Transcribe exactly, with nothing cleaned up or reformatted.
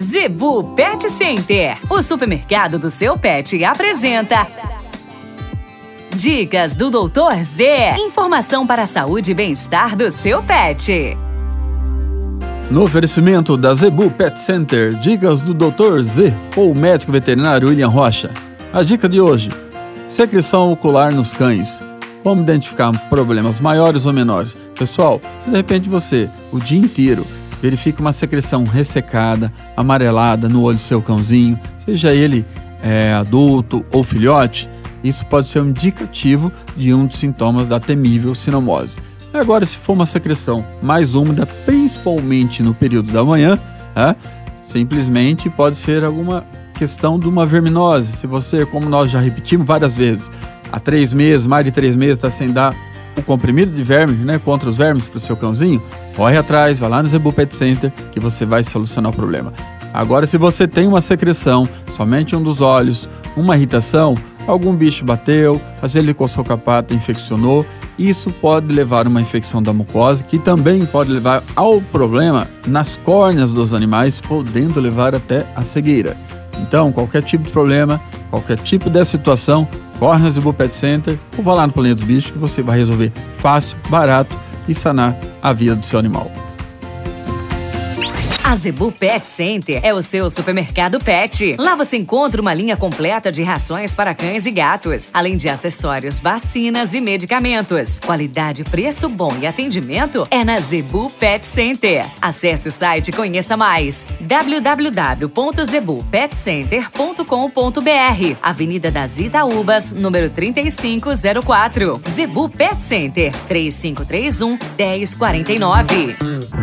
Zebu Pet Center, o supermercado do seu pet, apresenta Dicas do doutor Z. Informação para a saúde e bem-estar do seu pet. No oferecimento da Zebu Pet Center, dicas do doutor Z, ou médico veterinário William Rocha. A dica de hoje: secreção ocular nos cães. Como identificar problemas maiores ou menores? Pessoal, se de repente você, o dia inteiro, verifica uma secreção ressecada, amarelada no olho do seu cãozinho, seja ele é, adulto ou filhote, isso pode ser um indicativo de um dos sintomas da temível cinomose. Agora, se for uma secreção mais úmida, principalmente no período da manhã, é, simplesmente pode ser alguma questão de uma verminose. Se você, como nós já repetimos várias vezes, há três meses, mais de três meses, está sem dar o comprimido de vermes, né, contra os vermes para o seu cãozinho, corre atrás, vai lá no Zebu Pet Center que você vai solucionar o problema. Agora, se você tem uma secreção, somente um dos olhos, uma irritação, algum bicho bateu, às vezes ele coçou com a pata, infeccionou, isso pode levar a uma infecção da mucosa, que também pode levar ao problema nas córneas dos animais, podendo levar até a cegueira. Então, qualquer tipo de problema, qualquer tipo de situação, corre no Zebu Pet Center ou vá lá no Planeta dos Bichos que você vai resolver fácil, barato e sanar a vida do seu animal. A Zebu Pet Center é o seu supermercado pet. Lá você encontra uma linha completa de rações para cães e gatos, além de acessórios, vacinas e medicamentos. Qualidade, preço bom e atendimento é na Zebu Pet Center. Acesse o site e conheça mais. w w w ponto zebu pet center ponto com ponto b r, Avenida das Itaúbas, número trinta e cinco zero quatro. Zebu Pet Center, três cinco três um, um zero quatro nove.